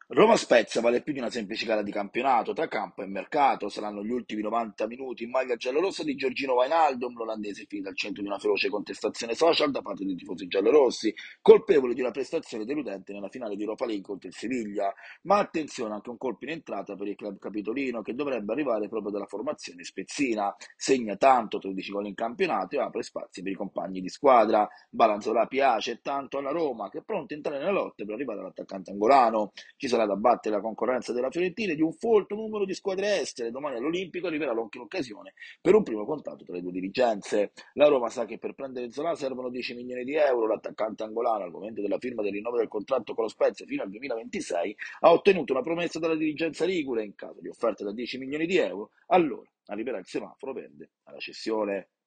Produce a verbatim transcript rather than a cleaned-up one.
Roma-Spezia vale più di una semplice gara di campionato, tra campo e mercato saranno gli ultimi novanta minuti in maglia giallorossa di Giorgino Wijnaldum, l'olandese finito al centro di una feroce contestazione social da parte dei tifosi giallorossi, colpevoli di una prestazione deludente nella finale di Europa League contro il Siviglia. Ma attenzione, anche un colpo in entrata per il club capitolino che dovrebbe arrivare proprio dalla formazione spezzina. Segna tanto, tredici gol in campionato e apre spazi per i compagni di squadra. Balanzolà piace tanto alla Roma che è pronto a entrare nella lotta per arrivare all'attaccante angolano. Ci sarà da battere la concorrenza della Fiorentina e di un folto numero di squadre estere. Domani all'Olimpico arriverà anche l'occasione per un primo contatto tra le due dirigenze. La Roma sa che per prendere Zola servono dieci milioni di euro. L'attaccante angolano, al momento della firma del rinnovo del contratto con lo Spezia fino al duemilaventisei, ha ottenuto una promessa dalla dirigenza ligure. In caso di offerta da dieci milioni di euro, allora arriverà il semaforo verde alla cessione.